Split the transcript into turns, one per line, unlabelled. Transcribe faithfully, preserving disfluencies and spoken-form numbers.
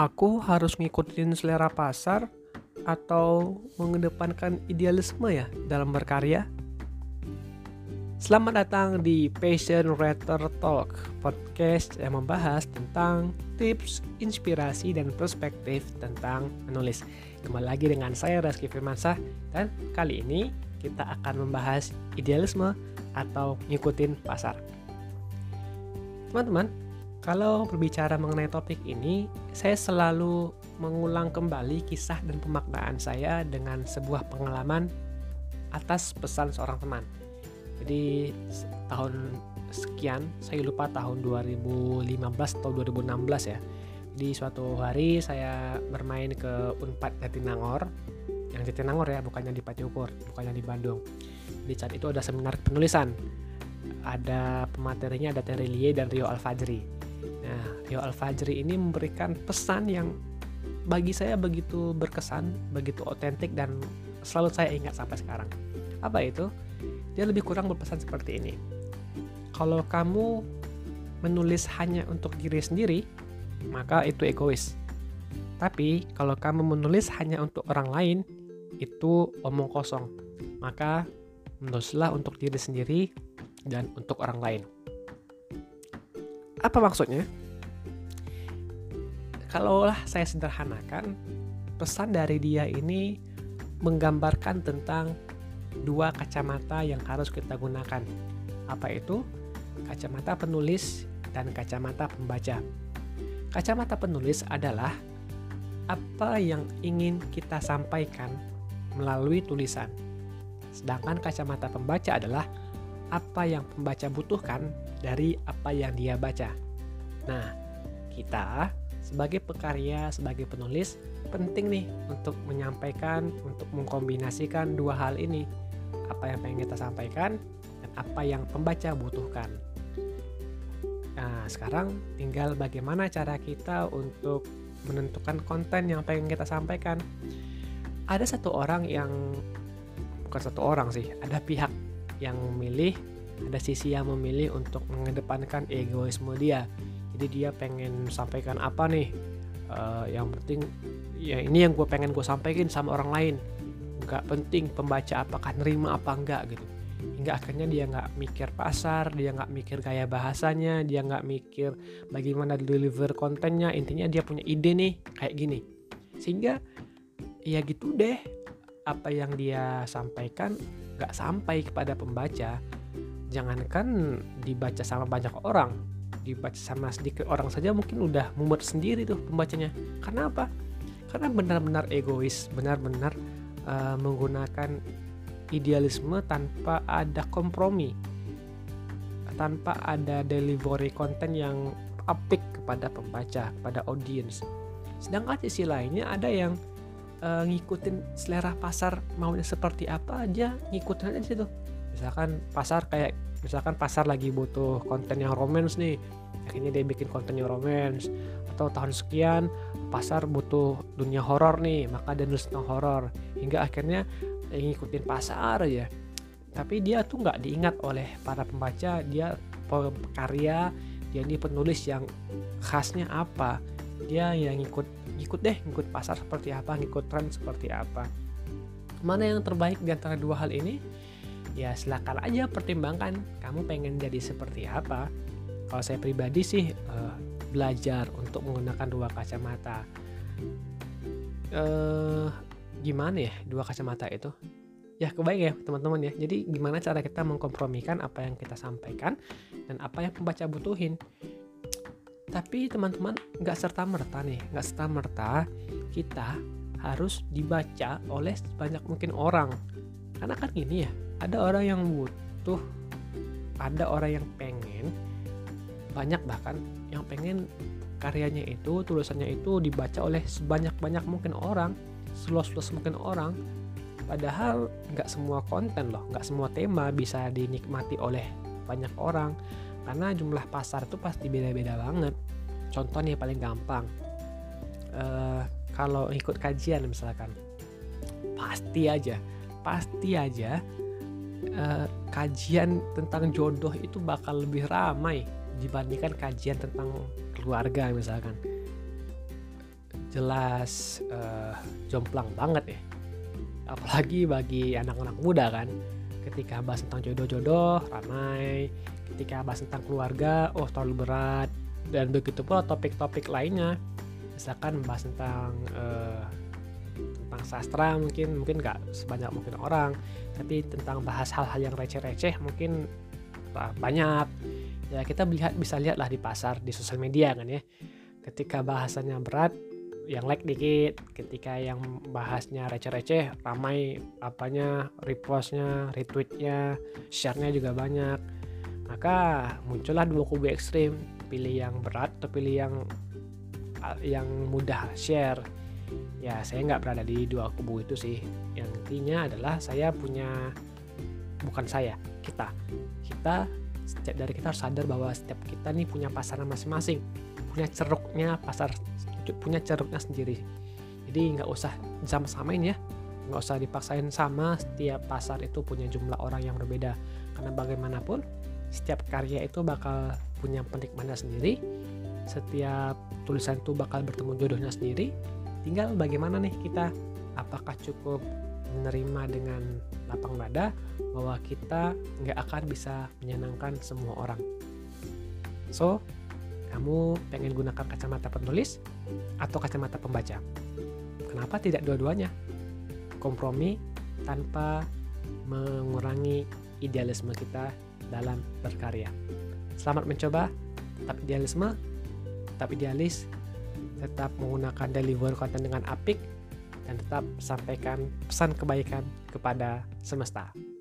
Aku harus ngikutin selera pasar atau mengedepankan idealisme ya dalam berkarya? Selamat datang di Passion Writer Talk, podcast yang membahas tentang tips, inspirasi, dan perspektif tentang menulis. Kembali lagi dengan saya Rizky Firmansyah, dan kali ini kita akan membahas idealisme atau ngikutin pasar. Teman-teman, kalau berbicara mengenai topik ini, saya selalu mengulang kembali kisah dan pemaknaan saya dengan sebuah pengalaman atas pesan seorang teman. Jadi tahun sekian, saya lupa tahun dua ribu lima belas atau dua ribu enam belas ya. Di suatu hari saya bermain ke Unpad Jatinangor, yang Jatinangor ya, bukannya di Patiukur, bukannya di Bandung. Di saat itu ada seminar penulisan. Ada pematerinya, ada Terelie dan Rio Alfajri. Nah, Rio Alfajri ini memberikan pesan yang bagi saya begitu berkesan, begitu otentik, dan selalu saya ingat sampai sekarang. Apa itu? Dia lebih kurang berpesan seperti ini. Kalau kamu menulis hanya untuk diri sendiri, maka itu egois. Tapi kalau kamu menulis hanya untuk orang lain, itu omong kosong. Maka menulislah untuk diri sendiri dan untuk orang lain. Apa maksudnya? Kalaulah saya sederhanakan, pesan dari dia ini menggambarkan tentang dua kacamata yang harus kita gunakan. Apa itu? Kacamata penulis dan kacamata pembaca. Kacamata penulis adalah apa yang ingin kita sampaikan melalui tulisan. Sedangkan kacamata pembaca adalah apa yang pembaca butuhkan dari apa yang dia baca. Nah, kita sebagai pekarya, sebagai penulis, penting nih untuk menyampaikan, untuk mengkombinasikan dua hal ini. Apa yang pengen kita sampaikan dan apa yang pembaca butuhkan. Nah, sekarang tinggal bagaimana cara kita untuk menentukan konten yang pengen kita sampaikan. Ada satu orang yang, bukan satu orang sih, ada pihak yang memilih, ada sisi yang memilih untuk mengedepankan egoisme dia. Jadi dia pengen sampaikan apa nih, uh, yang penting ya ini yang gue pengen gue sampaikan sama orang lain. Gak penting pembaca apakah nerima apa enggak gitu. Hingga akhirnya dia gak mikir pasar, dia gak mikir gaya bahasanya, dia gak mikir bagaimana deliver kontennya. Intinya dia punya ide nih kayak gini. Sehingga ya gitu deh, apa yang dia sampaikan gak sampai kepada pembaca. Jangankan dibaca sama banyak orang, dibaca sama sedikit orang saja mungkin udah mumet sendiri tuh pembacanya. Karena apa? Karena benar-benar egois, benar-benar uh, menggunakan idealisme tanpa ada kompromi, tanpa ada delivery konten yang apik kepada pembaca, kepada audiens. Sedangkan sisi lainnya ada yang uh, ngikutin selera pasar, maunya seperti apa aja ngikutin aja situ. Misalkan pasar kayak misalkan pasar lagi butuh konten yang romance nih, akhirnya dia bikin konten yang romance. Atau tahun sekian pasar butuh dunia horor nih, maka dia nulis tentang horor. Hingga akhirnya ngikutin pasar aja. Tapi dia tuh nggak diingat oleh para pembaca, dia pekarya, dia ini penulis yang khasnya apa. Dia yang ngikut ngikut deh, ngikut pasar seperti apa, ngikut tren seperti apa. Mana yang terbaik di antara dua hal ini? Ya silakan aja pertimbangkan, kamu pengen jadi seperti apa. Kalau saya pribadi sih uh, belajar untuk menggunakan dua kacamata. Uh, gimana ya dua kacamata itu? Ya kebayang ya teman-teman ya. Jadi gimana cara kita mengkompromikan apa yang kita sampaikan dan apa yang pembaca butuhin. Tapi teman-teman gak serta-merta nih, gak serta-merta kita harus dibaca oleh sebanyak mungkin orang. Karena kan gini ya, ada orang yang butuh, ada orang yang pengen, banyak bahkan yang pengen karyanya itu, tulisannya itu dibaca oleh sebanyak-banyak mungkin orang, seluas-luas mungkin orang. Padahal nggak semua konten loh, nggak semua tema bisa dinikmati oleh banyak orang, karena jumlah pasar itu pasti beda-beda banget. Contoh nih paling gampang, uh, kalau ikut kajian misalkan, pasti aja, pasti aja uh, kajian tentang jodoh itu bakal lebih ramai dibandingkan kajian tentang keluarga misalkan. jelas uh, jomplang banget ya. Apalagi bagi anak-anak muda kan. Ketika bahas tentang jodoh-jodoh, ramai. Ketika bahas tentang keluarga, oh terlalu berat. Dan begitu pula topik-topik lainnya. Misalkan bahas tentang uh, tentang sastra mungkin mungkin nggak sebanyak mungkin orang, tapi tentang bahas hal-hal yang receh-receh mungkin banyak. Ya kita lihat, bisa lihat lah di pasar, di sosial media kan ya. Ketika bahasanya berat, yang like dikit. Ketika yang bahasnya receh-receh, ramai apanya, repostnya, retweetnya, share-nya juga banyak. Maka muncullah dua kubu ekstrim, pilih yang berat atau pilih yang yang mudah share. Ya saya nggak berada di dua kubu itu sih. Yang intinya adalah saya punya, bukan saya, kita kita setiap dari kita harus sadar bahwa setiap kita nih punya pasaran masing-masing, punya ceruknya pasar, punya ceruknya sendiri. Jadi nggak usah sama-samain ya, nggak usah dipaksain sama. Setiap pasar itu punya jumlah orang yang berbeda, karena bagaimanapun setiap karya itu bakal punya penikmatnya sendiri. Setiap tulisan itu bakal bertemu jodohnya sendiri. Tinggal bagaimana nih kita, apakah cukup menerima dengan lapang dada bahwa kita nggak akan bisa menyenangkan semua orang. So, kamu pengen gunakan kacamata penulis atau kacamata pembaca? Kenapa tidak dua-duanya? Kompromi tanpa mengurangi idealisme kita dalam berkarya. Selamat mencoba, tetap idealisme, tetap idealis, tetap menggunakan deliver konten dengan apik, dan tetap sampaikan pesan kebaikan kepada semesta.